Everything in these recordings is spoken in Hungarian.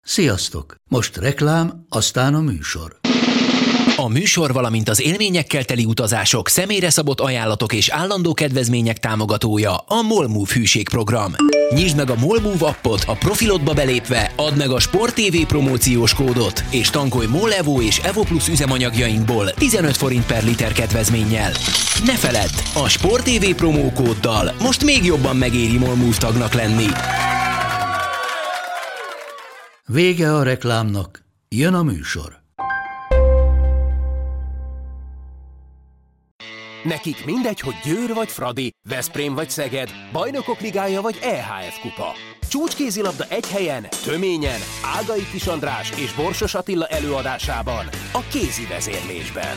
Sziasztok! Most reklám, aztán a műsor. A műsor, valamint az élményekkel teli utazások, személyre szabott ajánlatok és állandó kedvezmények támogatója a MOL Move hűségprogram. Nyisd meg a MOL Move appot, a profilodba belépve add meg a Sport TV promóciós kódot, és tankolj MOL Evo és Evo Plus üzemanyagjainkból 15 forint per liter kedvezménnyel. Ne feledd, a Sport TV promókóddal most még jobban megéri MOL Move tagnak lenni. Vége a reklámnak, jön a műsor. Nekik mindegy, hogy Győr vagy Fradi, Veszprém vagy Szeged, Bajnokok Ligája vagy EHF kupa. Csúcskézilabda egy helyen, töményen, Ágai Kis András és Borsos Attila előadásában, a Kézi Vezérlésben.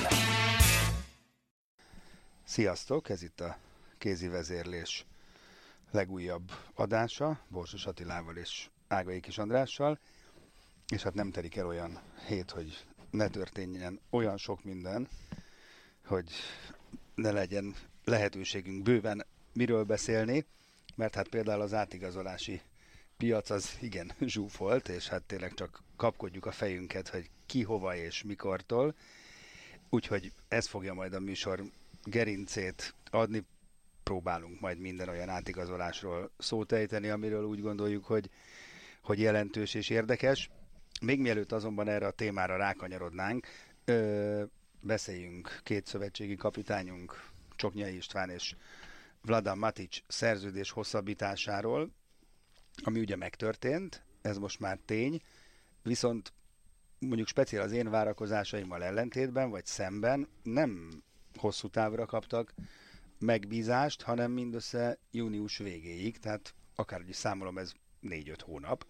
Sziasztok, ez itt a Kézi Vezérlés legújabb adása, Borsos Attilával és Ágai Kis Andrással, és hát nem telik el olyan hét, hogy ne történjen olyan sok minden, hogy ne legyen lehetőségünk bőven miről beszélni, mert hát például az átigazolási piac az igen zsúfolt, és hát tényleg csak kapkodjuk a fejünket, hogy ki, hova és mikortól. Úgyhogy ez fogja majd a műsor gerincét adni. Próbálunk majd minden olyan átigazolásról szót ejteni, amiről úgy gondoljuk, hogy jelentős és érdekes. Még mielőtt azonban erre a témára rákanyarodnánk, beszéljünk két szövetségi kapitányunk, Csoknyai István és Vladan Matic szerződés hosszabbításáról, ami ugye megtörtént, ez most már tény, viszont mondjuk speciál az én várakozásaimmal ellentétben, vagy szemben nem hosszú távra kaptak megbízást, hanem mindössze június végéig, tehát akárhogy is számolom, ez 4-5 hónap.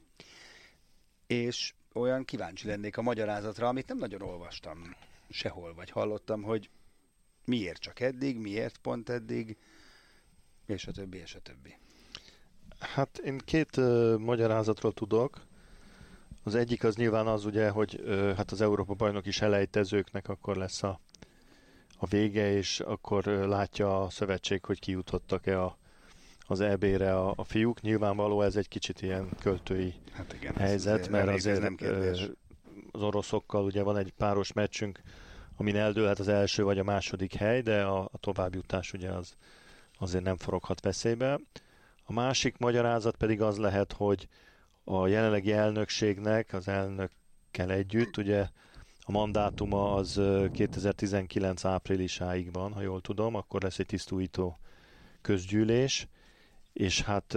És olyan kíváncsi lennék a magyarázatra, amit nem nagyon olvastam sehol, vagy hallottam, hogy miért csak eddig, miért pont eddig, és a többi, és a többi. Hát én két magyarázatról tudok. Az egyik az nyilván az ugye, hogy hát az Európa-bajnoki selejtezőknek akkor lesz a vége, és akkor látja a szövetség, hogy kijutottak-e az EB-re a fiúk. Nyilvánvaló ez egy kicsit ilyen költői helyzet, mert azért az oroszokkal ugye van egy páros meccsünk, amin eldőlhet az első vagy a második hely, de a továbbjutás ugye az azért nem foroghat veszélybe. A másik magyarázat pedig az lehet, hogy a jelenlegi elnökségnek, az elnökkel együtt, ugye a mandátuma az 2019 áprilisáig van, ha jól tudom, akkor lesz egy tisztújító közgyűlés, és hát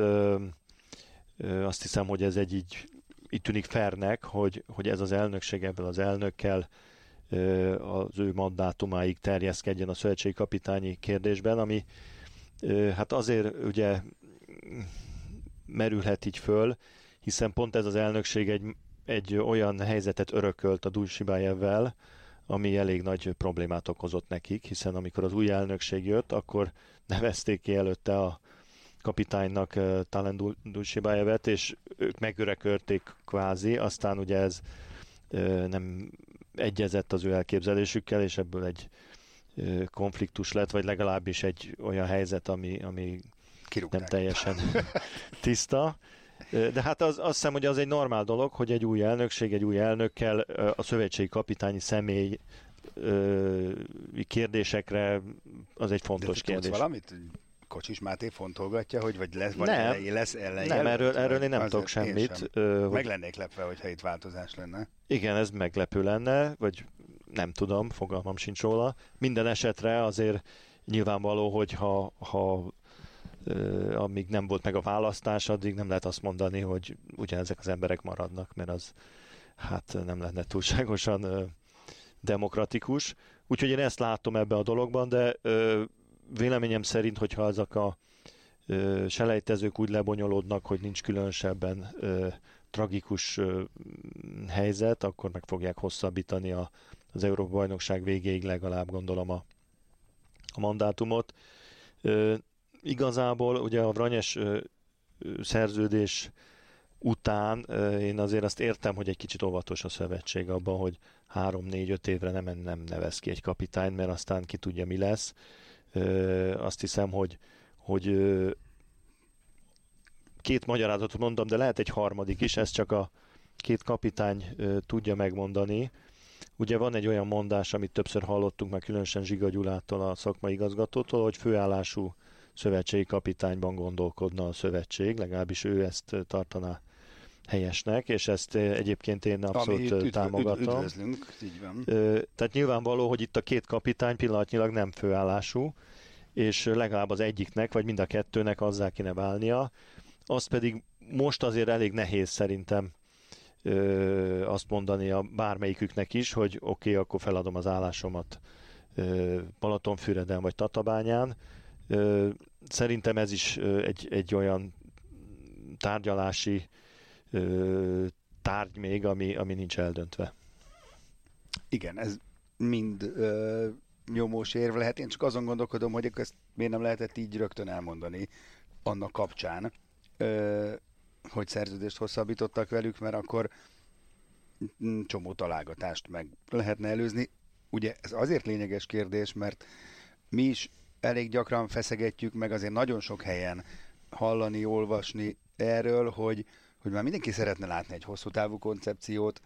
azt hiszem, hogy ez így tűnik fairnek, hogy ez az elnökség ebből az elnökkel az ő mandátumáig terjeszkedjen a szövetségi kapitányi kérdésben, ami hát azért ugye merülhet így föl, hiszen pont ez az elnökség egy olyan helyzetet örökölt a Dujsibájevvel, ami elég nagy problémát okozott nekik, hiszen amikor az új elnökség jött, akkor nevezték ki előtte a kapitánynak Talen Dujsibájevet, és ők megörökölték kvázi, aztán ugye ez nem egyezett az ő elképzelésükkel, és ebből egy konfliktus lett, vagy legalábbis egy olyan helyzet, ami kirúgták. Nem teljesen tiszta. De hát azt hiszem, hogy az egy normál dolog, hogy egy új elnökség, egy új elnökkel a szövetségi kapitányi személy kérdésekre az egy fontos kérdés. Tudsz valamit? Kocsis Máté fontolgatja, hogy vagy lesz, vagy lesz elején? Nem, erről én nem tudok semmit. Meg lennék lepve, hogyha itt változás lenne. Igen, ez meglepő lenne, vagy nem tudom, fogalmam sincs róla. Minden esetre azért nyilvánvaló, hogy ha amíg nem volt meg a választás, addig nem lehet azt mondani, hogy ugyanezek az emberek maradnak, mert az hát nem lenne túlságosan demokratikus. Úgyhogy én ezt látom ebbe a dologban, de véleményem szerint, hogyha ezek a selejtezők úgy lebonyolódnak, hogy nincs különösebben tragikus helyzet, akkor meg fogják hosszabbítani az Európa-bajnokság végéig legalább, gondolom, a mandátumot. Igazából ugye a Vranyes szerződés után én azért azt értem, hogy egy kicsit óvatos a szövetség abban, hogy 3-4-5 évre nem nevez ki egy kapitányt, mert aztán ki tudja, mi lesz. Azt hiszem, hogy két magyarázatot mondom, de lehet egy harmadik is, ez csak két kapitány tudja megmondani. Ugye van egy olyan mondás, amit többször hallottunk, már különösen Zsiga Gyulától, a szakmai igazgatótól, hogy főállású szövetségi kapitányban gondolkodna a szövetség, legalábbis ő ezt tartaná helyesnek, és ezt egyébként én abszolút támogatom. Üdvözlünk, így van. Tehát nyilvánvaló, hogy itt a két kapitány pillanatnyilag nem főállású, és legalább az egyiknek, vagy mind a kettőnek azzá kéne válnia. Az pedig most azért elég nehéz szerintem azt mondani a bármelyiküknek is, hogy oké, akkor feladom az állásomat Balatonfüreden vagy Tatabányán. Szerintem ez is egy olyan tárgyalási tárgy még, ami nincs eldöntve. Igen, ez mind nyomós érv lehet. Én csak azon gondolkodom, hogy ezt miért nem lehetett így rögtön elmondani annak kapcsán, hogy szerződést hosszabbítottak velük, mert akkor csomó találgatást meg lehetne előzni. Ugye ez azért lényeges kérdés, mert mi is elég gyakran feszegetjük, meg azért nagyon sok helyen hallani, olvasni erről, hogy már mindenki szeretne látni egy hosszú távú koncepciót,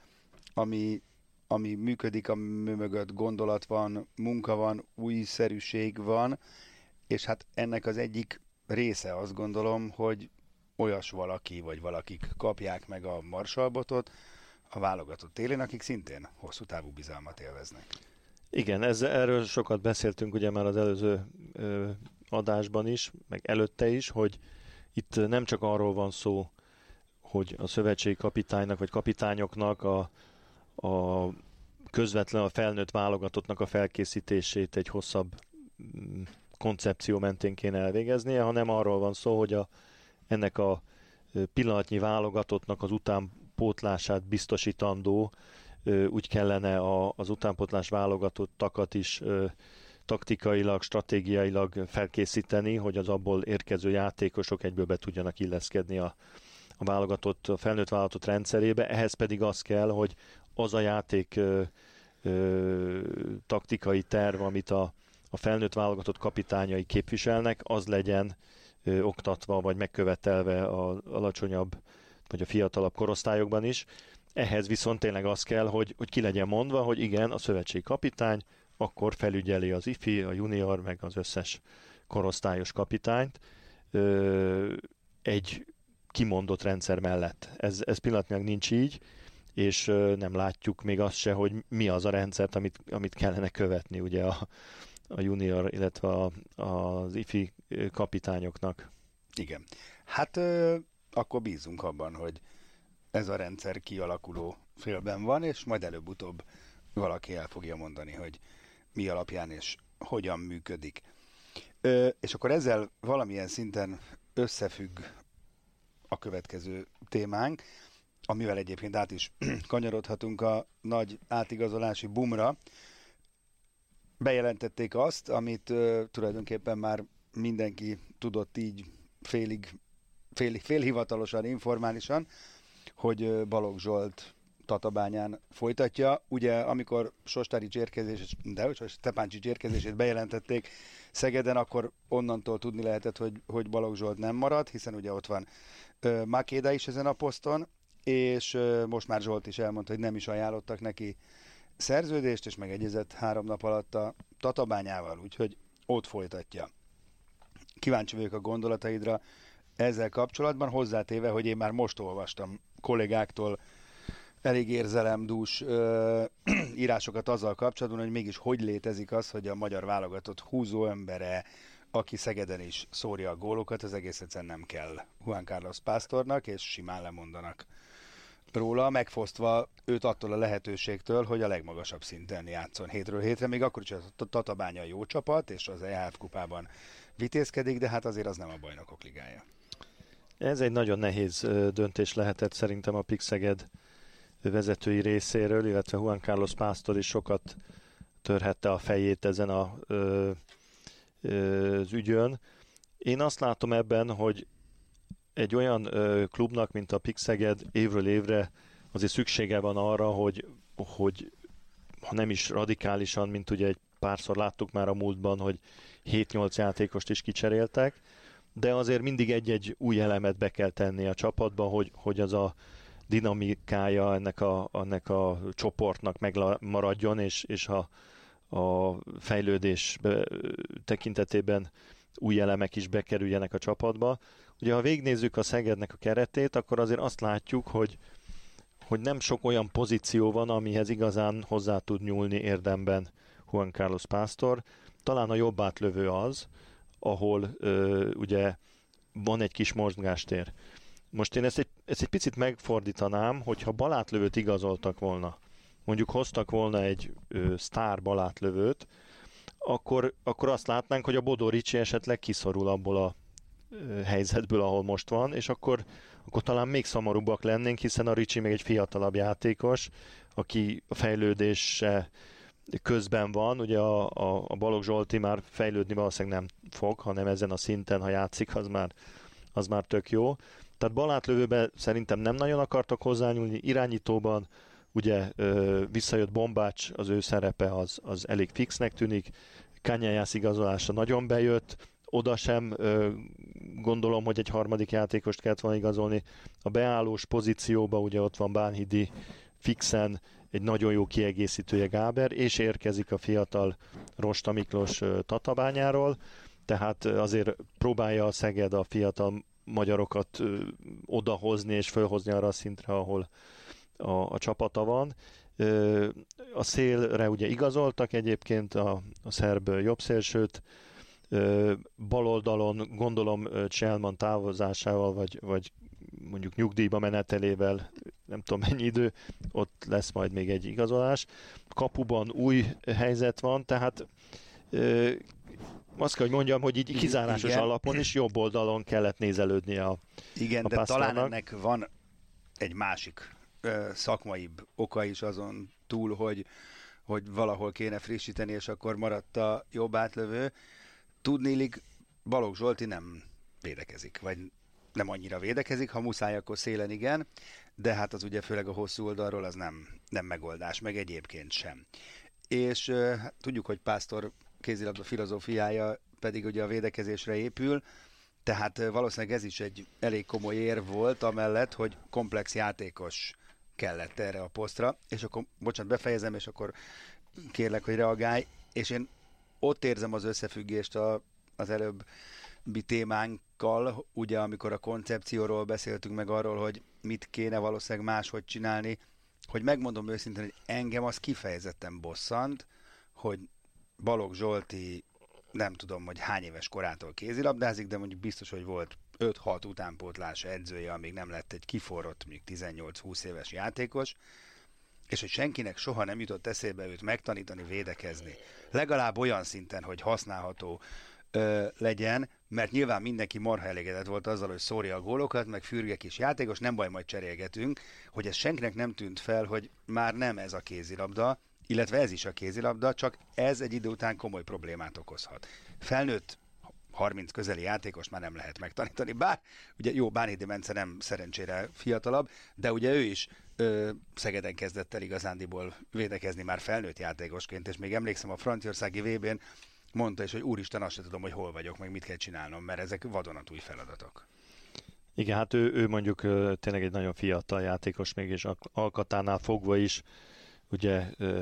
ami működik, ami mögött gondolat van, munka van, újszerűség van, és hát ennek az egyik része azt gondolom, hogy olyas valaki vagy valakik kapják meg a marsalbotot a válogatott élén, akik szintén hosszú távú bizalmat élveznek. Igen, erről sokat beszéltünk ugye már az előző adásban is, meg előtte is, hogy itt nem csak arról van szó, hogy a szövetségi kapitánynak vagy kapitányoknak a közvetlen a felnőtt válogatottnak a felkészítését egy hosszabb koncepció mentén kéne elvégeznie, hanem arról van szó, hogy ennek a pillanatnyi válogatottnak az utánpótlását biztosítandó, úgy kellene az utánpótlás válogatottakat is taktikailag, stratégiailag felkészíteni, hogy az abból érkező játékosok egyből be tudjanak illeszkedni a felnőtt válogatott rendszerébe. Ehhez pedig az kell, hogy az a játék taktikai terv, amit a felnőtt válogatott kapitányai képviselnek, az legyen oktatva vagy megkövetelve az alacsonyabb vagy a fiatalabb korosztályokban is. Ehhez viszont tényleg az kell, hogy ki legyen mondva, hogy igen, a szövetségi kapitány akkor felügyeli az ifi, a junior, meg az összes korosztályos kapitányt egy kimondott rendszer mellett. Ez pillanatnyilag nincs így, és nem látjuk még azt se, hogy mi az a rendszert, amit kellene követni ugye a junior, illetve az ifi kapitányoknak. Igen. Hát akkor bízunk abban, hogy ez a rendszer kialakuló félben van, és majd előbb-utóbb valaki el fogja mondani, hogy mi alapján és hogyan működik. És akkor ezzel valamilyen szinten összefügg a következő témánk, amivel egyébként át is kanyarodhatunk a nagy átigazolási boomra. Bejelentették azt, amit tulajdonképpen már mindenki tudott így félhivatalosan, informálisan, hogy Balogh Zsolt Tatabányán folytatja. Ugye, amikor Sostárics Stepáncsics érkezését bejelentették Szegeden, akkor onnantól tudni lehetett, hogy Balogh Zsolt nem marad, hiszen ugye ott van Makéda is ezen a poszton, és most már Zsolt is elmondta, hogy nem is ajánlottak neki szerződést, és megegyezett 3 nap alatt a Tatabányával, úgyhogy ott folytatja. Kíváncsi vagyok a gondolataidra ezzel kapcsolatban, hozzátéve, hogy én már most olvastam kollégáktól elég érzelemdús írásokat azzal kapcsolatban, hogy mégis hogy létezik az, hogy a magyar válogatott húzó embere, aki Szegeden is szórja a gólokat, az egész egyszerűen nem kell Juan Carlos Pásztornak, és simán lemondanak róla, megfosztva őt attól a lehetőségtől, hogy a legmagasabb szinten játszon hétről hétre, még akkor is a Tatabánya jó csapat, és az EHF kupában vitézkedik, de hát azért az nem a Bajnokok Ligája. Ez egy nagyon nehéz döntés lehetett szerintem a PIK Szeged vezetői részéről, illetve Juan Carlos Pásztor is sokat törhette a fejét ezen az ügyön. Én azt látom ebben, hogy egy olyan klubnak, mint a PIK Szeged évről évre azért szüksége van arra, hogy ha nem is radikálisan, mint ugye egy párszor láttuk már a múltban, hogy 7-8 játékost is kicseréltek, de azért mindig egy-egy új elemet be kell tenni a csapatba, hogy az a dinamikája ennek a csoportnak megmaradjon, és a fejlődés tekintetében új elemek is bekerüljenek a csapatba. Ugye, ha végignézzük a Szegednek a keretét, akkor azért azt látjuk, hogy nem sok olyan pozíció van, amihez igazán hozzá tud nyúlni érdemben Juan Carlos Pásztor. Talán a jobb átlövő az, ahol ugye van egy kis mozgástér. Most én ezt egy picit megfordítanám, hogyha balátlövőt igazoltak volna, mondjuk hoztak volna egy sztár balátlövőt, akkor azt látnánk, hogy a Bodó Ricsi esetleg kiszorul abból a helyzetből, ahol most van, és akkor talán még szomorúbbak lennénk, hiszen a Ricsi még egy fiatalabb játékos, aki a fejlődése közben van. Ugye a Balogh Zsolti már fejlődni valószínűleg nem fog, hanem ezen a szinten, ha játszik, az már tök jó. Tehát balátlövőben szerintem nem nagyon akartak hozzányúlni, irányítóban ugye visszajött Bombács, az ő szerepe az elég fixnek tűnik, Kanyájász igazolása nagyon bejött, oda sem gondolom, hogy egy harmadik játékost kellett volna igazolni. A beállós pozícióban ugye ott van Bánhidi fixen, egy nagyon jó kiegészítője Gáber, és érkezik a fiatal Rosta Miklós Tatabányáról, tehát azért próbálja a Szeged a fiatal magyarokat odahozni és fölhozni arra a szintre, ahol a csapata van. A szélre ugye igazoltak egyébként a szerb jobbszélsőt, bal oldalon gondolom Cselman távozásával, vagy mondjuk nyugdíjba menetelével, nem tudom mennyi idő, ott lesz majd még egy igazolás. Kapuban új helyzet van, tehát azt kell, hogy mondjam, hogy így kizárásos alapon is jobb oldalon kellett nézelődni a Igen, a de Pásztornak. talán ennek van egy másik szakmaibb oka is azon túl, hogy valahol kéne frissíteni, és akkor maradt a jobb átlövő. Tudniillik, Balogh Zsolti nem védekezik, vagy nem annyira védekezik, ha muszáj, akkor szélen igen, de hát az ugye főleg a hosszú oldalról az nem megoldás, meg egyébként sem. És hát tudjuk, hogy Pásztor kézilabda filozófiája pedig ugye a védekezésre épül, tehát valószínűleg ez is egy elég komoly érv volt amellett, hogy komplex játékos kellett erre a posztra, és akkor, bocsánat, befejezem, és akkor kérlek, hogy reagálj, és én ott érzem az összefüggést az előbbi témánkkal, ugye amikor a koncepcióról beszéltünk meg arról, hogy mit kéne valószínűleg máshogy csinálni, hogy megmondom őszintén, hogy engem az kifejezetten bosszant, hogy Balogh Zsolti nem tudom, hogy hány éves korától kézilabdázik, de mondjuk biztos, hogy volt 5-6 utánpótlása edzője, amíg nem lett egy kiforrott, mondjuk 18-20 éves játékos, és hogy senkinek soha nem jutott eszébe őt megtanítani, védekezni. Legalább olyan szinten, hogy használható legyen, mert nyilván mindenki marha elégedett volt azzal, hogy szórja a gólokat, meg fürge kis játékos, nem baj, majd cserélgetünk, hogy ez senkinek nem tűnt fel, hogy már nem ez a kézilabda, illetve ez is a kézilabda, csak ez egy idő után komoly problémát okozhat. Felnőtt 30 közeli játékos már nem lehet megtanítani, bár ugye jó, Bánhidi Bence nem szerencsére fiatalabb, de ugye ő is Szegeden kezdett el igazándiból védekezni már felnőtt játékosként, és még emlékszem a franciaországi VB-n mondta is, hogy úristen, azt sem tudom, hogy hol vagyok, meg mit kell csinálnom, mert ezek vadonatúj feladatok. Igen, hát ő mondjuk tényleg egy nagyon fiatal játékos, mégis alkatánál fogva is ugye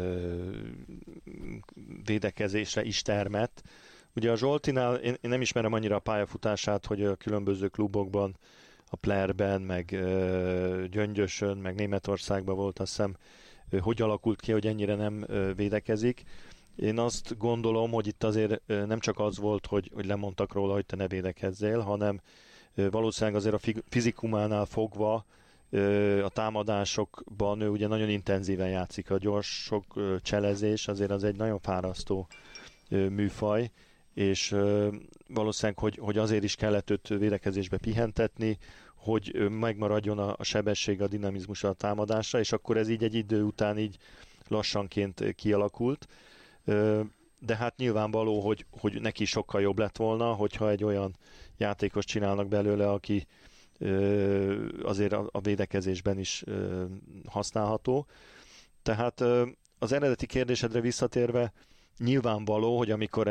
védekezésre is termett. Ugye a Zsoltinál én nem ismerem annyira a pályafutását, hogy a különböző klubokban, a Plerben, meg Gyöngyösön, meg Németországban volt, azt hiszem, hogy alakult ki, hogy ennyire nem védekezik. Én azt gondolom, hogy itt azért nem csak az volt, hogy lemondtak róla, hogy te ne védekezzél, hanem valószínűleg azért a fizikumánál fogva a támadásokban ő ugye nagyon intenzíven játszik. A gyors sok cselezés azért az egy nagyon fárasztó műfaj, és valószínűleg, hogy azért is kellett őt védekezésbe pihentetni, hogy megmaradjon a sebesség, a dinamizmus a támadásra, és akkor ez így egy idő után így lassanként kialakult. De hát nyilvánvaló, hogy neki sokkal jobb lett volna, hogyha egy olyan játékos csinálnak belőle, aki azért a védekezésben is használható. Tehát az eredeti kérdésedre visszatérve, nyilvánvaló, hogy amikor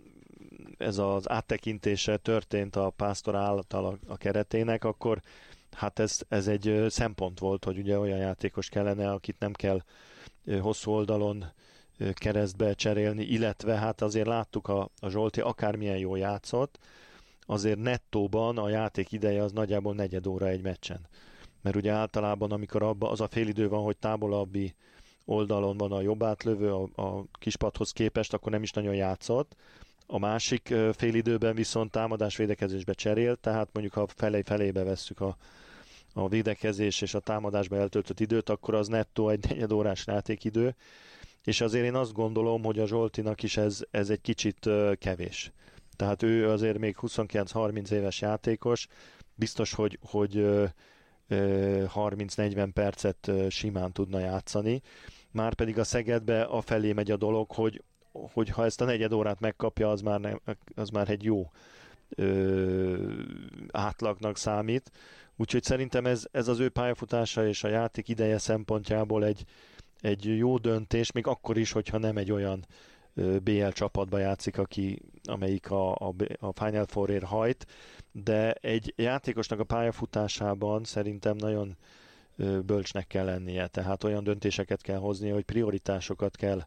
ez az áttekintése történt a Pásztor által a keretének, akkor hát ez egy szempont volt, hogy ugye olyan játékos kellene, akit nem kell hosszú oldalon keresztbe cserélni, illetve hát azért láttuk a Zsolti akármilyen jól játszott, azért nettóban a játék ideje az nagyjából negyed óra egy meccsen. Mert ugye általában, amikor abban az a félidő van, hogy távolabbi oldalon van a jobb átlövő a kispadhoz képest, akkor nem is nagyon játszott. A másik félidőben viszont támadás-védekezésbe cserélt, tehát mondjuk ha felébe vesszük a védekezés és a támadásba eltöltött időt, akkor az nettó egy negyedórás játékidő, és azért én azt gondolom, hogy a Zsoltinak is ez egy kicsit kevés. Tehát ő azért még 29-30 éves játékos, biztos, hogy 30-40 percet simán tudna játszani. Márpedig a Szegedbe afelé megy a dolog, hogy ha ezt a negyed órát megkapja, az már egy jó átlagnak számít. Úgyhogy szerintem ez az ő pályafutása és a játék ideje szempontjából egy jó döntés, még akkor is, hogyha nem egy olyan BL csapatba játszik, amelyik a Final Four-ért hajt, de egy játékosnak a pályafutásában szerintem nagyon bölcsnek kell lennie, tehát olyan döntéseket kell hozni, hogy prioritásokat kell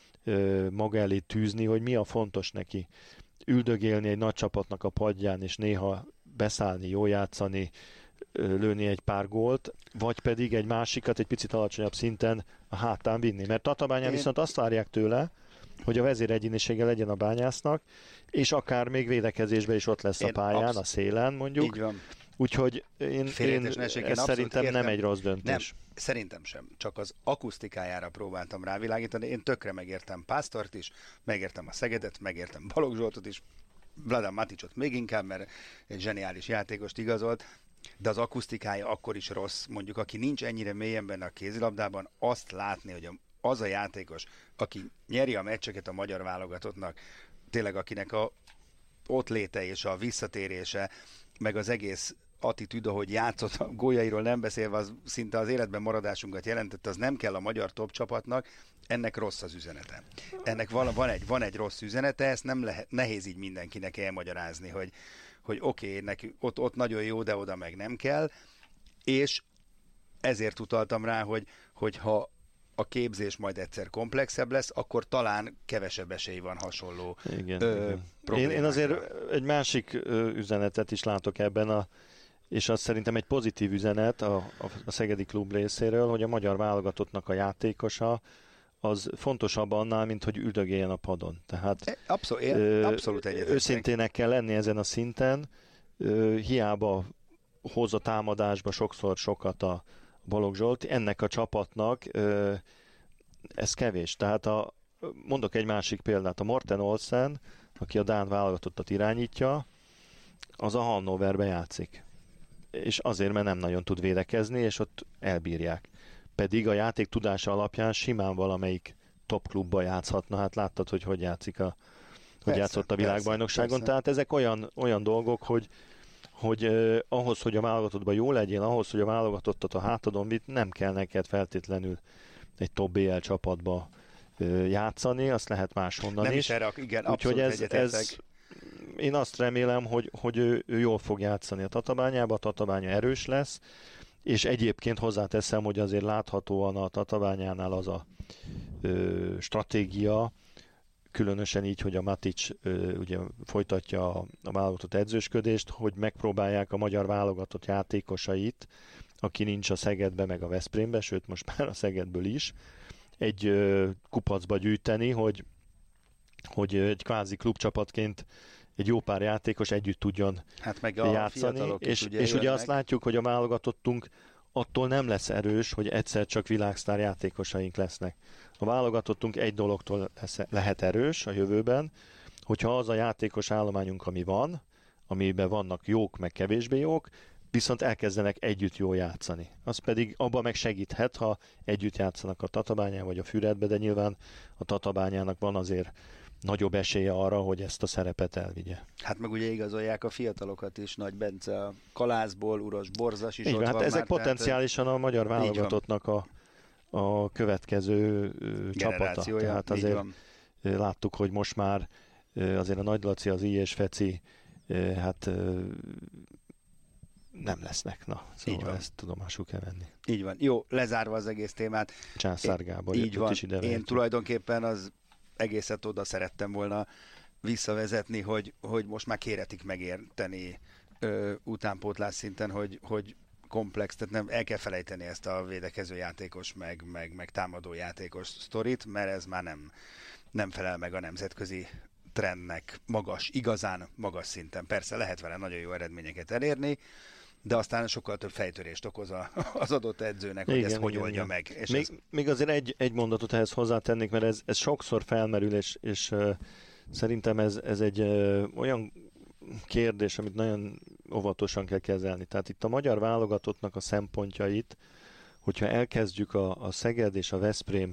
maga elé tűzni, hogy mi a fontos neki. Üldögélni egy nagy csapatnak a padján, és néha beszállni, jól játszani, lőni egy pár gólt, vagy pedig egy másikat egy picit alacsonyabb szinten a hátán vinni. Mert Tatabányán viszont azt várják tőle, hogy a vezéregyénisége legyen a Bányásznak, és akár még védekezésben is ott lesz a pályán, a szélen mondjuk. Így van. Úgyhogy én szerintem értem. Nem egy rossz döntés. Nem, szerintem sem. Csak az akusztikájára próbáltam rávilágítani. Én tökre megértem Pásztort is, megértem a Szegedet, megértem Balogh Zsoltot is, Vladan Maticsot még inkább, mert egy zseniális játékost igazolt, de az akusztikája akkor is rossz. Mondjuk, aki nincs ennyire mélyen benne a kézilabdában, azt látni, hogy az a játékos, aki nyeri a meccseket a magyar válogatottnak, tényleg akinek a ott léte és a visszatérése, meg az egész attitűd, ahogy játszott, a góljairól nem beszélve, az szinte az életben maradásunkat jelentette, az nem kell a magyar top csapatnak, ennek rossz az üzenete. Ennek van egy rossz üzenete, ezt nem lehet, nehéz így mindenkinek elmagyarázni, hogy oké, neki ott nagyon jó, de oda meg nem kell, és ezért utaltam rá, hogy ha a képzés majd egyszer komplexebb lesz, akkor talán kevesebb esély van hasonló igen. Én azért egy másik üzenetet is látok ebben, és az szerintem egy pozitív üzenet a Szegedi klub részéről, hogy a magyar válogatottnak a játékosa az fontosabb annál, mint hogy üldögéljen a padon. Tehát abszolút egyetértek. Őszintének kell lenni ezen a szinten, hiába hoz a támadásba sokszor sokat a Balogh Zsolt, ennek a csapatnak ez kevés. Tehát mondok egy másik példát, a Morten Olsen, aki a dán válogatottat irányítja, az a Hannoverbe játszik. És azért, mert nem nagyon tud védekezni, és ott elbírják. Pedig a játék tudása alapján simán valamelyik top klubba játszhatna. Hát láttad, hogy játszik hogy játszott a világbajnokságon. Persze. Tehát ezek olyan dolgok, hogy ahhoz, hogy a válogatottban jó legyél, ahhoz, hogy a válogatottat a hátadon vitt, nem kell neked feltétlenül egy top BL csapatba játszani, azt lehet máshonnan nem is. Igen, úgyhogy ez én azt remélem, hogy ő jól fog játszani a Tatabányába, a Tatabánya erős lesz, és egyébként hozzáteszem, hogy azért láthatóan a Tatabányánál az a stratégia, különösen így, hogy a Matics ugye folytatja a válogatott edzősködést, hogy megpróbálják a magyar válogatott játékosait, aki nincs a Szegedbe meg a Veszprémbe, sőt most már a Szegedből is, egy kupacba gyűjteni, hogy egy kvázi klubcsapatként egy jó pár játékos együtt tudjon meg játszani, és ugye azt látjuk, hogy a válogatottunk attól nem lesz erős, hogy egyszer csak világsztár játékosaink lesznek. A válogatottunk egy dologtól lehet erős a jövőben, hogyha az a játékos állományunk, ami van, amiben vannak jók, meg kevésbé jók, viszont elkezdenek együtt jól játszani. Az pedig abban meg segíthet, ha együtt játszanak a Tatabányán vagy a Füredbe, de nyilván a Tatabányának van azért nagyobb esélye arra, hogy ezt a szerepet elvigye. Hát meg ugye igazolják a fiatalokat is, Nagy Bence, a Kalászból, Uros Borzas is így ott van. van Ezek már, potenciálisan a magyar válogatottnak a következő csapata. Tehát azért láttuk, hogy most már azért a Nagy Laci, az I és Feci, hát nem lesznek. Na, szóval ezt tudomásul kell venni. Így van. Jó, lezárva az egész témát. Császár Gábor. Így van. Én tulajdonképpen az egészet oda szerettem volna visszavezetni, hogy most már kéretik megérteni utánpótlás szinten, hogy komplex, tehát nem el kell felejteni ezt a védekező játékos, meg támadó játékos sztorit, mert ez már nem felel meg a nemzetközi trendnek igazán magas szinten. Persze lehet vele nagyon jó eredményeket elérni, de aztán sokkal több fejtörést okoz az adott edzőnek, hogy ezt hogy oldja meg. És még azért egy mondatot ehhez hozzátennék, mert ez sokszor felmerül, és szerintem ez egy olyan kérdés, amit nagyon óvatosan kell kezelni. Tehát itt a magyar válogatottnak a szempontjait, hogyha elkezdjük a Szeged és a Veszprém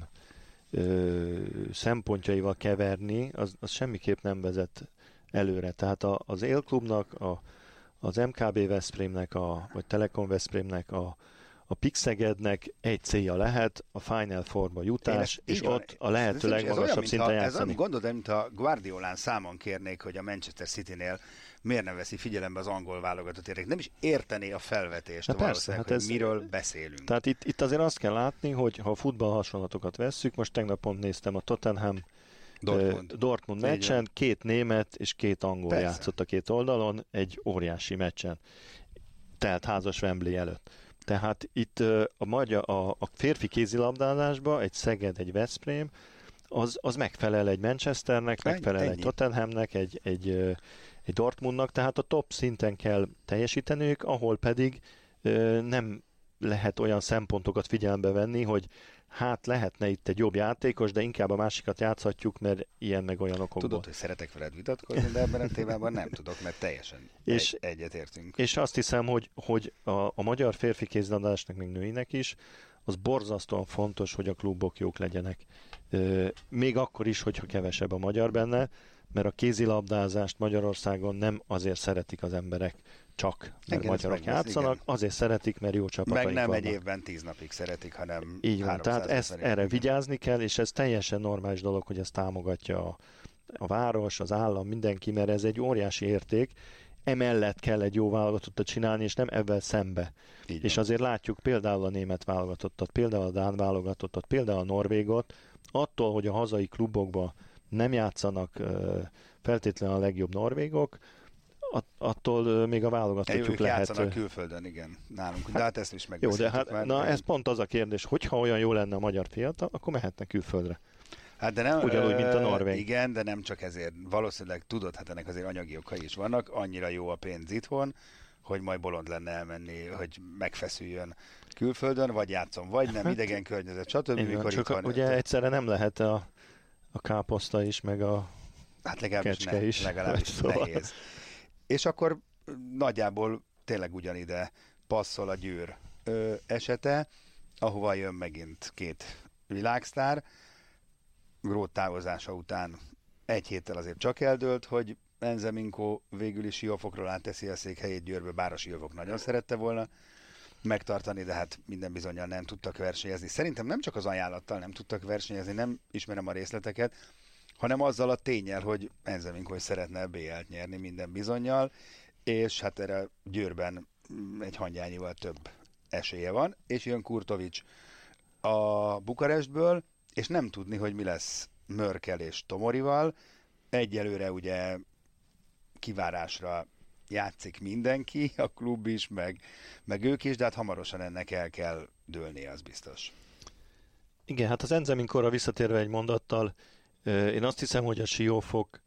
szempontjaival keverni, az semmiképp nem vezet előre. Tehát az élklubnak, az MKB Veszprémnek, vagy Telekom Veszprémnek, a Pixegednek egy célja lehet a Final Fourba jutás, és ott a lehető legmagasabb szinten játszani. Ez gondolod, mint a Guardiolán számon kérnék, hogy a Manchester Citynél miért nem veszi figyelembe az angol válogatott érték. Nem is értené a felvetést, valószínűleg, hogy miről beszélünk. Tehát itt azért azt kell látni, hogy ha a futball hasonlatokat vesszük, most tegnap pont néztem a Tottenham Dortmund meccsen, 2 német és 2 angol játszott a 2 oldalon, egy óriási meccsen. Tehát házas Wembley előtt. Tehát itt a férfi kézilabdázásban egy Szeged, egy Veszprém, az megfelel egy Manchesternek, megfelel egy Tottenhamnek, egy Dortmundnak, tehát a top szinten kell teljesíteniük, ahol pedig nem lehet olyan szempontokat figyelembe venni, hogy hát lehetne itt egy jobb játékos, de inkább a másikat játszhatjuk, mert ilyen meg olyan okokból. Tudod, hogy szeretek veled vitatkozni, de ebben a témában nem tudok, mert teljesen egyetértünk. És azt hiszem, hogy a magyar férfi kézilabdásnak, még nőinek is, az borzasztóan fontos, hogy a klubok jók legyenek. Még akkor is, hogyha kevesebb a magyar benne, mert a kézilabdázást Magyarországon nem azért szeretik az emberek csak, mert magyarok játszanak, azért szeretik, mert jó csapataik vannak. Meg nem vannak. egy évben 10 napig szeretik, hanem így van, tehát erre vigyázni kell, és ez teljesen normális dolog, hogy ezt támogatja a város, az állam, mindenki, mert ez egy óriási érték. Emellett kell egy jó válogatottat csinálni, és nem ebben szembe. És azért látjuk például a német válogatottat, például a dán válogatottat, például a norvégot, attól, hogy a hazai klubokban nem játszanak feltétlenül a legjobb norvégok, attól még a válogatottjuk lehet. Játszanak külföldön, igen, nálunk, de hát ezt is megbeszéltük. Jó, de hát, ez pont az a kérdés, hogyha olyan jó lenne a magyar fiatal, akkor mehetnek külföldre. Hát de nem, ugyanúgy, mint a norvég. Igen, de nem csak ezért. Valószínűleg tudod, hát ennek azért anyagi okai is vannak, annyira jó a pénz itthon, hogy majd bolond lenne elmenni, hogy megfeszüljön külföldön, vagy játszom, vagy nem, idegen környezet, stb. Mikor csak van, ugye egyszerre nem lehet a káposzta is, meg a kecske is. Legalábbis nehéz. És akkor nagyjából tényleg ugyanide passzol a Győr esete, ahova jön megint 2 világsztár. Gróth távozása után egy héttel azért csak eldőlt, hogy Enze Minko végül is Siófokról átteszi a székhelyét Győrbe, bár a Siófok nagyon szerette volna megtartani, de hát minden bizonnyal nem tudtak versenyezni. Szerintem nem csak az ajánlattal nem tudtak versenyezni, nem ismerem a részleteket, hanem azzal a ténnyel, hogy Enze Minko szeretne BL-t nyerni minden bizonnyal, és hát erre Győrben egy hangyányival több esélye van, és jön Kurtovics a Bukarestből, és nem tudni, hogy mi lesz Mörkel és Tomorival. Egyelőre ugye kivárásra játszik mindenki, a klub is, meg ők is, de hát hamarosan ennek el kell dőlnie, az biztos. Igen, hát az Enze Minkorra visszatérve egy mondattal, én azt hiszem, hogy a Siófok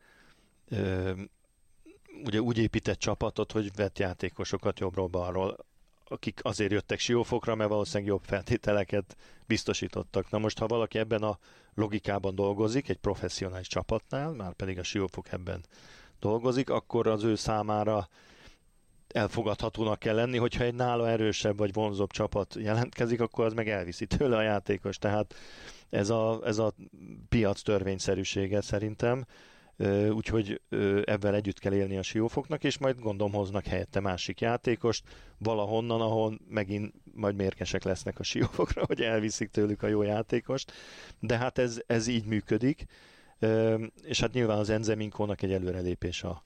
ugye úgy épített csapatot, hogy vett játékosokat jobbról-balról, akik azért jöttek Siófokra, mert valószínűleg jobb feltételeket biztosítottak. Na most, ha valaki ebben a logikában dolgozik, egy professzionális csapatnál, már pedig a Siófok ebben dolgozik, akkor az ő számára elfogadhatónak kell lenni, hogyha egy nála erősebb vagy vonzóbb csapat jelentkezik, akkor az meg elviszi tőle a játékos. Tehát ez a piac törvényszerűsége szerintem. Úgyhogy ebben együtt kell élni a Siófoknak, és majd gondolom hoznak helyette másik játékost, valahonnan, ahol megint majd mérgesek lesznek a Siófokra, hogy elviszik tőlük a jó játékost, de hát ez így működik, és hát nyilván az Enze Minkónak egy előrelépés a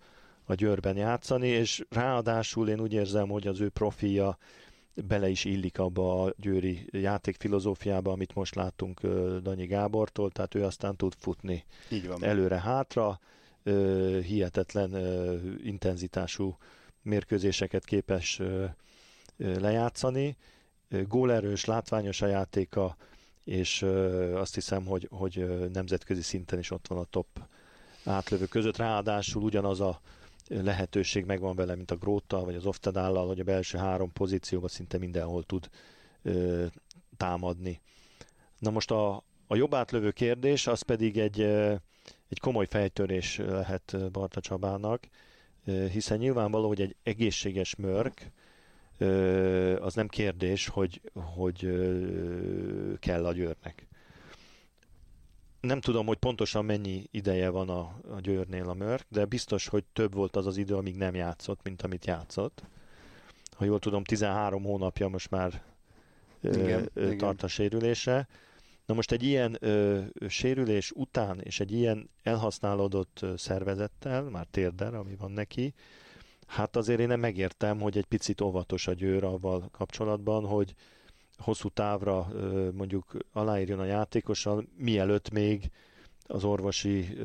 a Győrben játszani, és ráadásul én úgy érzem, hogy az ő profilja bele is illik abba a győri játékfilozófiába, amit most láttunk Danyi Gábortól, tehát ő aztán tud futni előre-hátra, hihetetlen intenzitású mérkőzéseket képes lejátszani, gólerős, látványos a játéka, és azt hiszem, hogy nemzetközi szinten is ott van a top átlövő között, ráadásul ugyanaz a lehetőség megvan vele, mint a Gróttal vagy az Oftedállal, hogy a belső 3 pozícióban szinte mindenhol tud támadni. Na most a jobb átlövő kérdés, az pedig egy komoly fejtörés lehet Barta Csabának, hiszen nyilvánvaló, hogy egy egészséges Mörk, az nem kérdés, hogy kell a Győrnek. Nem tudom, hogy pontosan mennyi ideje van a Győrnél a Mörk, de biztos, hogy több volt az idő, amíg nem játszott, mint amit játszott. Ha jól tudom, 13 hónapja most már tart a sérülése. Na most egy ilyen sérülés után, és egy ilyen elhasználódott szervezettel, már térdel, ami van neki, hát azért én nem megértem, hogy egy picit óvatos a Győr avval kapcsolatban, hogy hosszú távra mondjuk aláírjon a játékossal, mielőtt még az orvosi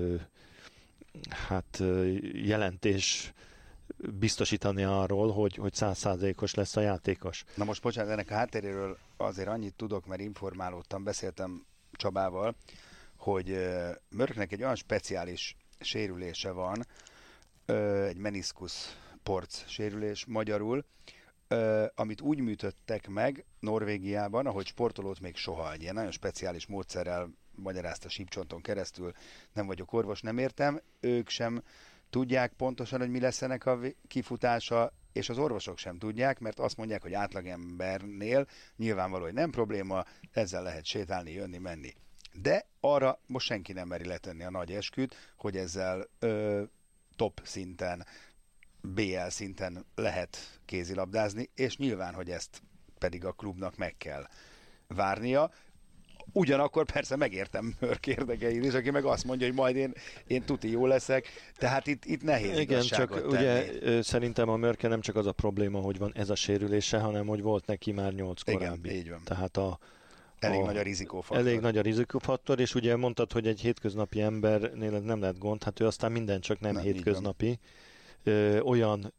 jelentés biztosítani arról, hogy 100%-os lesz a játékos. Na most bocsánat, ennek a háttéréről azért annyit tudok, mert informálódtam, beszéltem Csabával, hogy Mörknek egy olyan speciális sérülése van, egy meniszkusz porc sérülés magyarul, amit úgy műtöttek meg Norvégiában, ahogy sportolót még soha. Egy ilyen nagyon speciális módszerrel magyarázta sípcsonton keresztül, nem vagyok orvos, nem értem, ők sem tudják pontosan, hogy mi lesz ennek a kifutása, és az orvosok sem tudják, mert azt mondják, hogy átlagembernél nyilvánvaló, hogy nem probléma, ezzel lehet sétálni, jönni, menni. De arra most senki nem meri letenni a nagy esküt, hogy ezzel top szinten, BL szinten lehet kézilabdázni, és nyilván, hogy ezt pedig a klubnak meg kell várnia. Ugyanakkor persze megértem Mörk érdekeit is, aki meg azt mondja, hogy majd én tuti jó leszek, tehát itt nehéz igazságot csak tenni. Ugye szerintem a Mörke nem csak az a probléma, hogy van ez a sérülése, hanem hogy volt neki már 8 korábbi. Igen, így van. Tehát elég nagy a rizikófaktor. Elég nagy a rizikófaktor, és ugye mondtad, hogy egy hétköznapi embernél nem lehet gond, hát ő aztán minden csak nem hétköznapi. Olyan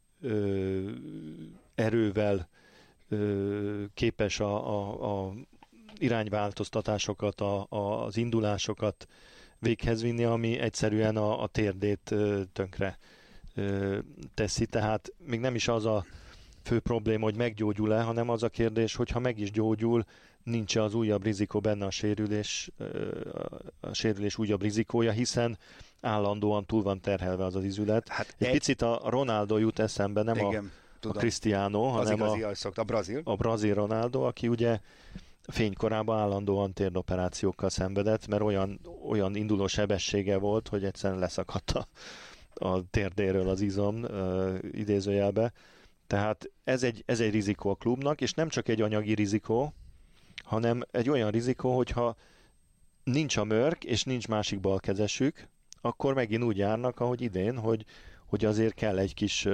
erővel képes a irányváltoztatásokat, az indulásokat véghez vinni, ami egyszerűen a térdét tönkre teszi. Tehát még nem is az a fő probléma, hogy meggyógyul-e, hanem az a kérdés, hogy ha meg is gyógyul, nincs az újabb rizikó benne a sérülés újabb rizikója, hiszen állandóan túl van terhelve az izület. Hát egy picit a Ronaldo jut eszembe, nem igen, a Cristiano, hanem a brazil Ronaldo, aki ugye fénykorában állandóan térdoperációkkal szenvedett, mert olyan induló sebessége volt, hogy egyszerűen leszakadt a térdéről az izom idézőjelbe. Tehát ez egy rizikó a klubnak, és nem csak egy anyagi rizikó, hanem egy olyan rizikó, hogyha nincs a Mörk, és nincs másik balkezesük, akkor megint úgy járnak, ahogy idén, hogy azért kell egy kis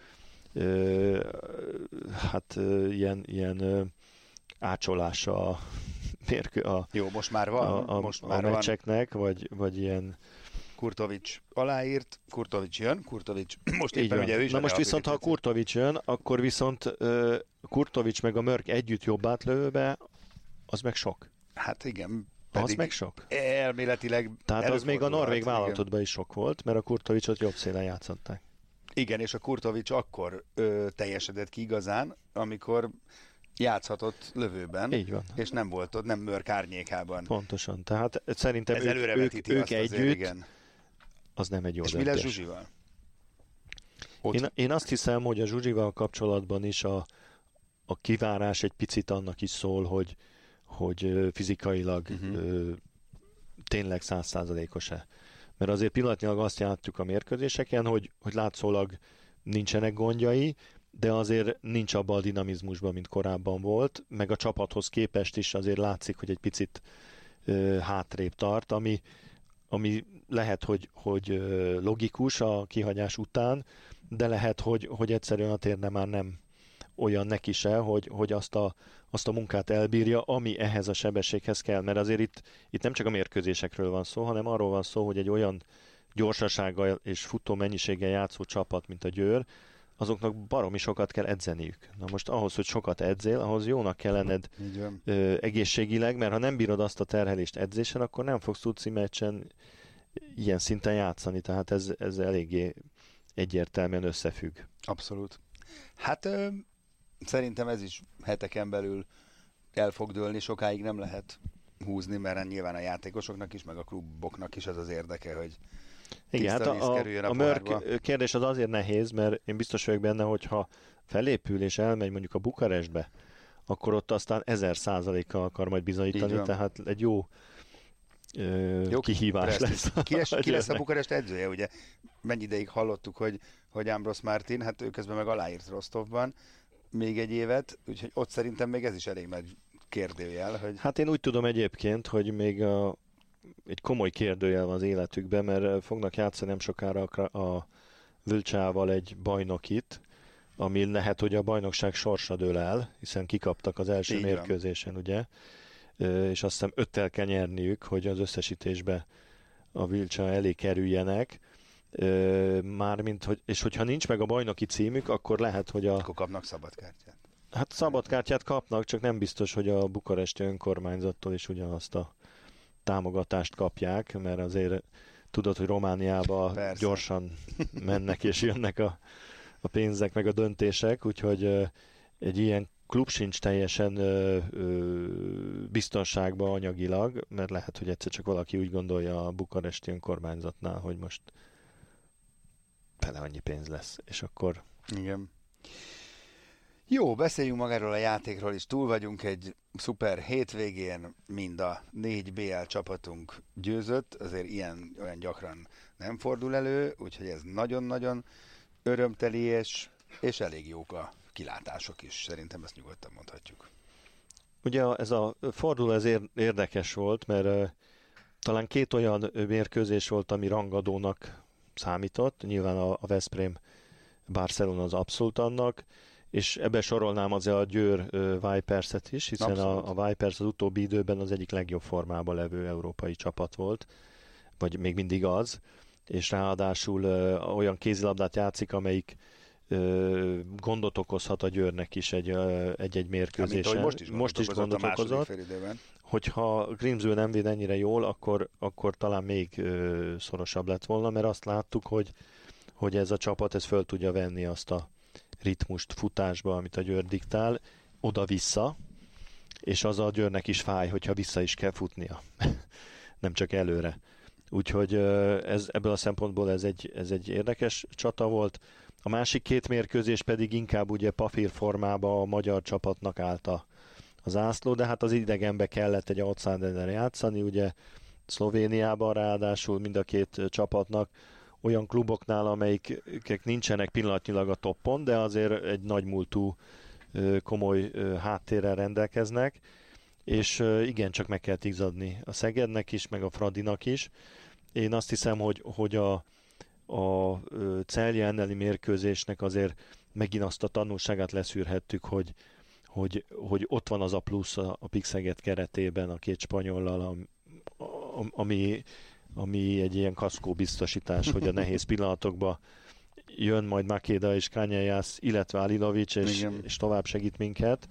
ilyen ácsolása a jó, most már van. A meccseknek, vagy ilyen... Kurtovics aláírt, Kurtovics jön, Kurtovics most éppen ugye ő is. Na most viszont, ha a Kurtovics jön, akkor viszont Kurtovics meg a Mörk együtt jobb átlövőbe, az meg sok. Hát igen. Az meg sok. Elméletileg. Tehát az még a norvég vállalatodban is sok volt, mert a Kurtovicsot jobb szélen játszották. Igen, és a Kurtovics akkor teljesedett ki igazán, amikor játszhatott lövőben, így van. És nem volt ott, nem Mörk árnyékában. Pontosan, tehát szerintem ők együtt, igen. Az nem egy jó és döntés. Mi lesz Zsuzsival? Én azt hiszem, hogy a Zsuzsival kapcsolatban is a kivárás egy picit annak is szól, hogy fizikailag tényleg 100%-os-e. Mert azért pillanatnyilag azt látjuk a mérkőzéseken, hogy látszólag nincsenek gondjai, de azért nincs abban a dinamizmusban, mint korábban volt, meg a csapathoz képest is azért látszik, hogy egy picit hátrébb tart, ami ami lehet, hogy logikus a kihagyás után, de lehet, hogy egyszerűen a térde már nem olyan neki se, hogy azt a munkát elbírja, ami ehhez a sebességhez kell. Mert azért itt nem csak a mérkőzésekről van szó, hanem arról van szó, hogy egy olyan gyorsasággal és futó mennyiséggel játszó csapat, mint a Győr, azoknak baromi sokat kell edzeniük. Na most ahhoz, hogy sokat edzél, ahhoz jónak kell lenned egészségileg, mert ha nem bírod azt a terhelést edzésen, akkor nem fogsz tudni meccsen ilyen szinten játszani, tehát ez eléggé egyértelműen összefügg. Abszolút. Hát szerintem ez is heteken belül el fog dőlni, sokáig nem lehet húzni, mert nyilván a játékosoknak is, meg a kluboknak is ez az érdeke, hogy igen, hát a Mörk kérdés az azért nehéz, mert én biztos vagyok benne, hogyha felépül és elmegy mondjuk a Bukarestbe, akkor ott aztán 1000%-kal akar majd bizonyítani, tehát egy jó kihívás lesz. Ki lesz a Bukarest edzője, ugye? Mennyi ideig hallottuk, hogy Ambros Martin, hát ő közben meg aláírt Rostovban még egy évet, úgyhogy ott szerintem még ez is elég nagy kérdőjel. Hogy... Hát én úgy tudom egyébként, hogy még egy komoly kérdőjel van az életükben, mert fognak játszani nem sokára a Vlcsával egy bajnokit, ami lehet, hogy a bajnokság sorsa dől el, hiszen kikaptak az első mérkőzésen, ugye? És azt hiszem 5-tel kell nyerniük, hogy az összesítésbe a Vlcsa elé kerüljenek. És hogyha nincs meg a bajnoki címük, akkor lehet, hogy akkor kapnak szabadkártyát. Hát szabadkártyát kapnak, csak nem biztos, hogy a bukaresti önkormányzattól is ugyanazt a támogatást kapják, mert azért tudod, hogy Romániába persze gyorsan mennek és jönnek a pénzek meg a döntések, úgyhogy egy ilyen klub sincs teljesen biztonságban anyagilag, mert lehet, hogy egyszer csak valaki úgy gondolja a bukaresti önkormányzatnál, hogy most bele annyi pénz lesz, és akkor... Igen. Jó, beszéljünk magáról a játékról is. Túl vagyunk egy szuper hétvégén, mind a 4 BL csapatunk győzött, azért olyan gyakran nem fordul elő, úgyhogy ez nagyon-nagyon örömteli, és elég jók a kilátások is. Szerintem ezt nyugodtan mondhatjuk. Ugye ez a forduló ez érdekes volt, mert talán 2 olyan mérkőzés volt, ami rangadónak számított. Nyilván a Veszprém Barcelona az abszolút annak, és ebbe sorolnám azért a Győr Vipers-et is, hiszen a Vipers az utóbbi időben az egyik legjobb formában levő európai csapat volt, vagy még mindig az, és ráadásul olyan kézilabdát játszik, amelyik gondot okozhat a Győrnek is egy mérkőzésen. Most is gondot okozott. Hogyha Grimsbø nem véd ennyire jól, akkor talán még szorosabb lett volna, mert azt láttuk, hogy ez a csapat ez föl tudja venni azt a ritmust futásba, amit a Győr diktál, oda-vissza, és az a Győrnek is fáj, hogyha vissza is kell futnia. Nem csak előre. Úgyhogy ebből a szempontból ez egy érdekes csata volt. A másik 2 mérkőzés pedig inkább ugye papír formában a magyar csapatnak állt a zászló, de hát az idegenbe kellett egy outsider játszani, ugye Szlovéniában ráadásul mind a 2 csapatnak, olyan kluboknál, amelyik nincsenek pillanatnyilag a toppon, de azért egy nagymúltú komoly háttérrel rendelkeznek, és igencsak meg kell izzadni a Szegednek is, meg a Fradinak is. Én azt hiszem, hogy a Celje elleni mérkőzésnek azért megint azt a tanulságát leszűrhettük, hogy ott van az a plusz a Pixeget keretében a 2 spanyollal, ami egy ilyen kaszkó biztosítás, hogy a nehéz pillanatokban jön majd Makeda és Kanyász, illetve Alilovics, és tovább segít minket.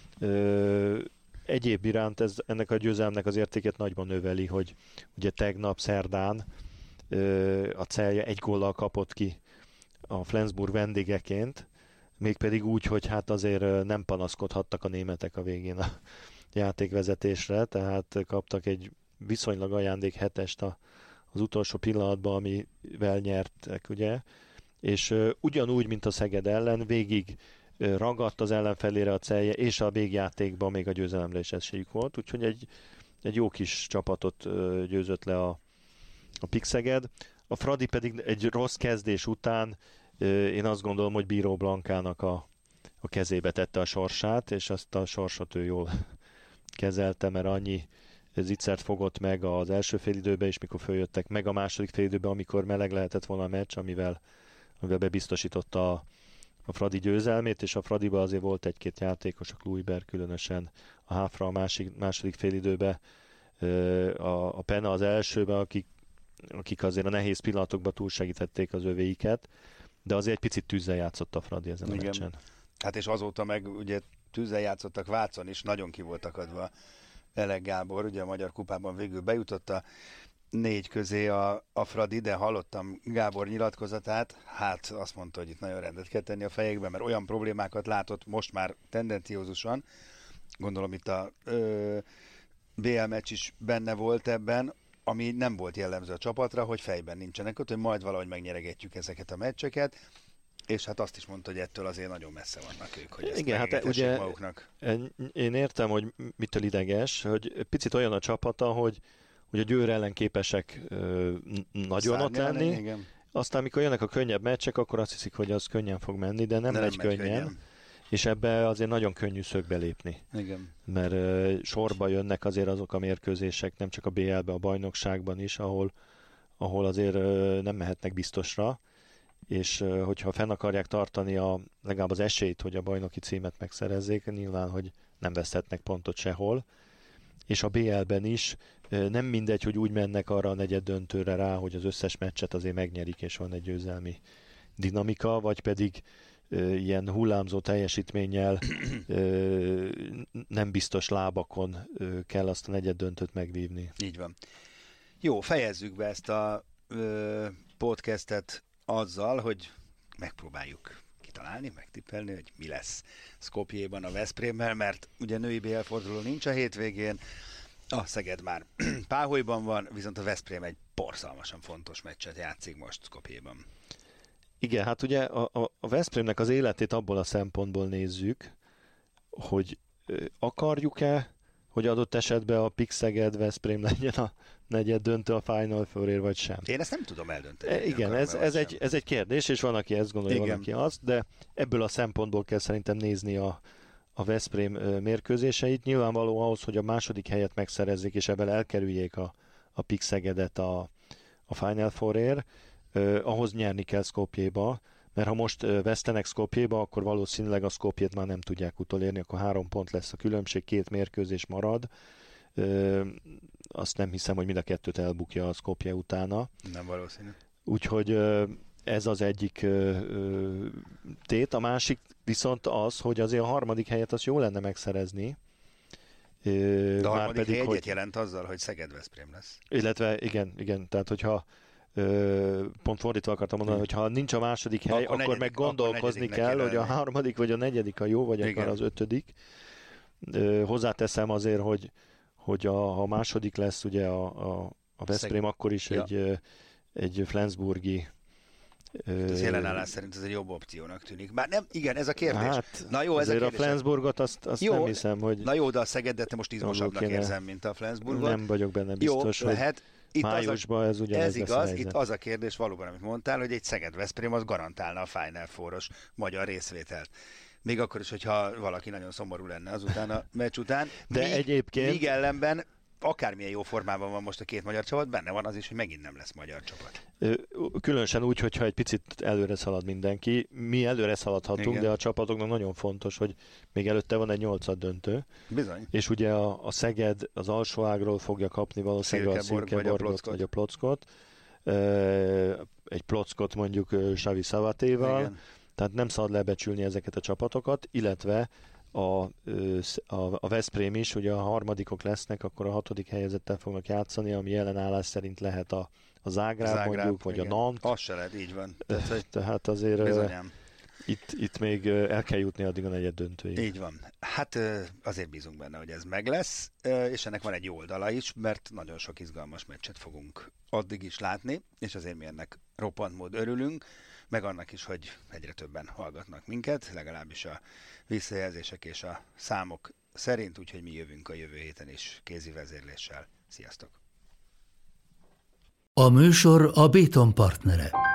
Egyéb iránt ennek a győzelmnek az értékét nagyban növeli, hogy ugye tegnap szerdán a Celje 1 góllal kapott ki a Flensburg vendégeként, mégpedig úgy, hogy hát azért nem panaszkodhattak a németek a végén a játékvezetésre, tehát kaptak egy viszonylag ajándék 7-est az utolsó pillanatban, amivel nyertek, ugye, és ugyanúgy, mint a Szeged ellen, végig ragadt az ellenfelére a Celje, és a végjátékban még a győzelemre is esélyük volt, úgyhogy egy jó kis csapatot győzött le a Pixeged. A Fradi pedig egy rossz kezdés után én azt gondolom, hogy Bíró Blankának a kezébe tette a sorsát, és azt a sorsot ő jól kezelte, mert annyi zicsert fogott meg az első félidőben, és mikor följöttek meg a második félidőben, amikor meleg lehetett volna a meccs, amivel bebiztosította a Fradi győzelmét, és a Fradiban azért volt egy-két játékos, a Kluiber különösen, a Háfra a második félidőben, a Pena az elsőben, akik azért a nehéz pillanatokban túlsegítették az övéiket, de azért egy picit tűzzel játszott a Fradi ezen a meccsen. Hát és azóta meg ugye tűzzel játszottak Vácon is, nagyon ki volt akadva Elek Gábor, ugye a Magyar Kupában végül bejutott a 4 közé a Fradi, de hallottam Gábor nyilatkozatát, hát azt mondta, hogy itt nagyon rendet kell tenni a fejekben, mert olyan problémákat látott most már tendenciózusan, gondolom itt a BL meccs is benne volt ebben, ami nem volt jellemző a csapatra, hogy fejben nincsenek ott, hogy majd valahogy megnyeregetjük ezeket a meccseket, és hát azt is mondta, hogy ettől azért nagyon messze vannak ők, hogy ezt megengedhessék maguknak. Én értem, hogy mitől ideges, hogy picit olyan a csapata, hogy a Győr ellen képesek nagyon ott lenni, igen. Aztán amikor jönnek a könnyebb meccsek, akkor azt hiszik, hogy az könnyen fog menni, de nem megy könnyen. És ebbe azért nagyon könnyű szögbe lépni. Igen. Mert sorba jönnek azért azok a mérkőzések, nem csak a BL-be, a bajnokságban is, ahol azért nem mehetnek biztosra, és hogyha fenn akarják tartani legalább az esélyt, hogy a bajnoki címet megszerezzék, nyilván, hogy nem veszthetnek pontot sehol. És a BL-ben is nem mindegy, hogy úgy mennek arra a negyeddöntőre rá, hogy az összes meccset azért megnyerik, és van egy győzelmi dinamika, vagy pedig ilyen hullámzó teljesítménnyel nem biztos lábakon kell azt a negyeddöntőt megvívni. Így van. Jó, fejezzük be ezt a podcastet azzal, hogy megpróbáljuk kitalálni, megtippelni, hogy mi lesz Skopjéban a Veszprémmel, mert ugye női BL forduló nincs a hétvégén, a Szeged már páholyban van, viszont a Veszprém egy borzalmasan fontos meccset játszik most Skopjéban. Igen, hát ugye a Veszprémnek az életét abból a szempontból nézzük, hogy akarjuk-e, hogy adott esetben a PIK Szeged Veszprém legyen a negyed döntő a Final Fourért, vagy sem. Én ezt nem tudom eldönteni. Igen, ez egy kérdés, és van, aki ezt gondolja, van, aki azt, de ebből a szempontból kell szerintem nézni a Veszprém mérkőzéseit. Nyilvánvaló ahhoz, hogy a második helyet megszerezzék, és ebből elkerüljék a PIK Szegedet a Final Fourért, ahhoz nyerni kell Skopjéba, mert ha most vesztenek Skopjéba, akkor valószínűleg a Skopjét már nem tudják utolérni, akkor 3 pont lesz a különbség, 2 mérkőzés marad. Azt nem hiszem, hogy mind a 2-t elbukja a Skopje utána. Nem valószínű. Úgyhogy ez az egyik tét. A másik viszont az, hogy azért a harmadik helyet az jó lenne megszerezni. De a harmadik hely egyet jelent azzal, hogy Szeged-Veszprém lesz. Illetve igen, tehát hogyha pont fordítva akartam mondani, hogy ha nincs a második hely, akkor meg gondolkozni kell, hogy a harmadik vagy a negyedik a jó, vagy akár az 5. Hozzáteszem azért, hogy ha a második lesz ugye a Veszprém, akkor is egy Flensburgi ez jelenállás szerint ez egy jobb opciónak tűnik. Bár nem, igen, ez a kérdés. Hát, na jó, ez a kérdés. A Flensburgot azt jó, nem hiszem, hogy... Na jó, de a Szegedet te most izmosabbnak érzem, mint a Flensburgot. Nem vagyok benne biztos, jó, hogy lehet. Itt májusban ez ugyanez ez igaz, itt az a kérdés valóban, amit mondtál, hogy egy Szeged-Veszprém az garantálna a Final Four-os magyar részvételt. Még akkor is, hogyha valaki nagyon szomorú lenne azután a meccs után. De egyébként... Míg ellenben akármilyen jó formában van most a 2 magyar csapat, benne van az is, hogy megint nem lesz magyar csapat. Különösen úgy, hogyha egy picit előre szalad mindenki. Mi előre szaladhatunk, igen, de a csapatoknak nagyon fontos, hogy még előtte van egy 8. döntő. Bizony. És ugye a Szeged az alsó ágról fogja kapni valószínűleg a Szilkeborgot vagy a Plockot. Egy Plockot mondjuk Xavi Szavatéval. Igen. Tehát nem szabad lebecsülni ezeket a csapatokat, illetve a Veszprém is, ugye a harmadikok lesznek, akkor a 6. helyezettel fognak játszani, ami jelenállás szerint lehet a Zágráb mondjuk, vagy igen, a Nant. Az se lehet, így van. Tehát azért itt még el kell jutni addig a negyed döntőig. Így van. Hát azért bízunk benne, hogy ez meg lesz, és ennek van egy oldala is, mert nagyon sok izgalmas meccset fogunk addig is látni, és azért mi ennek roppant mód örülünk, meg annak is, hogy egyre többen hallgatnak minket, legalábbis a visszajelzések és a számok szerint, úgyhogy mi jövünk a jövő héten is kézi vezérléssel. Sziasztok! A műsor a Béton partnere.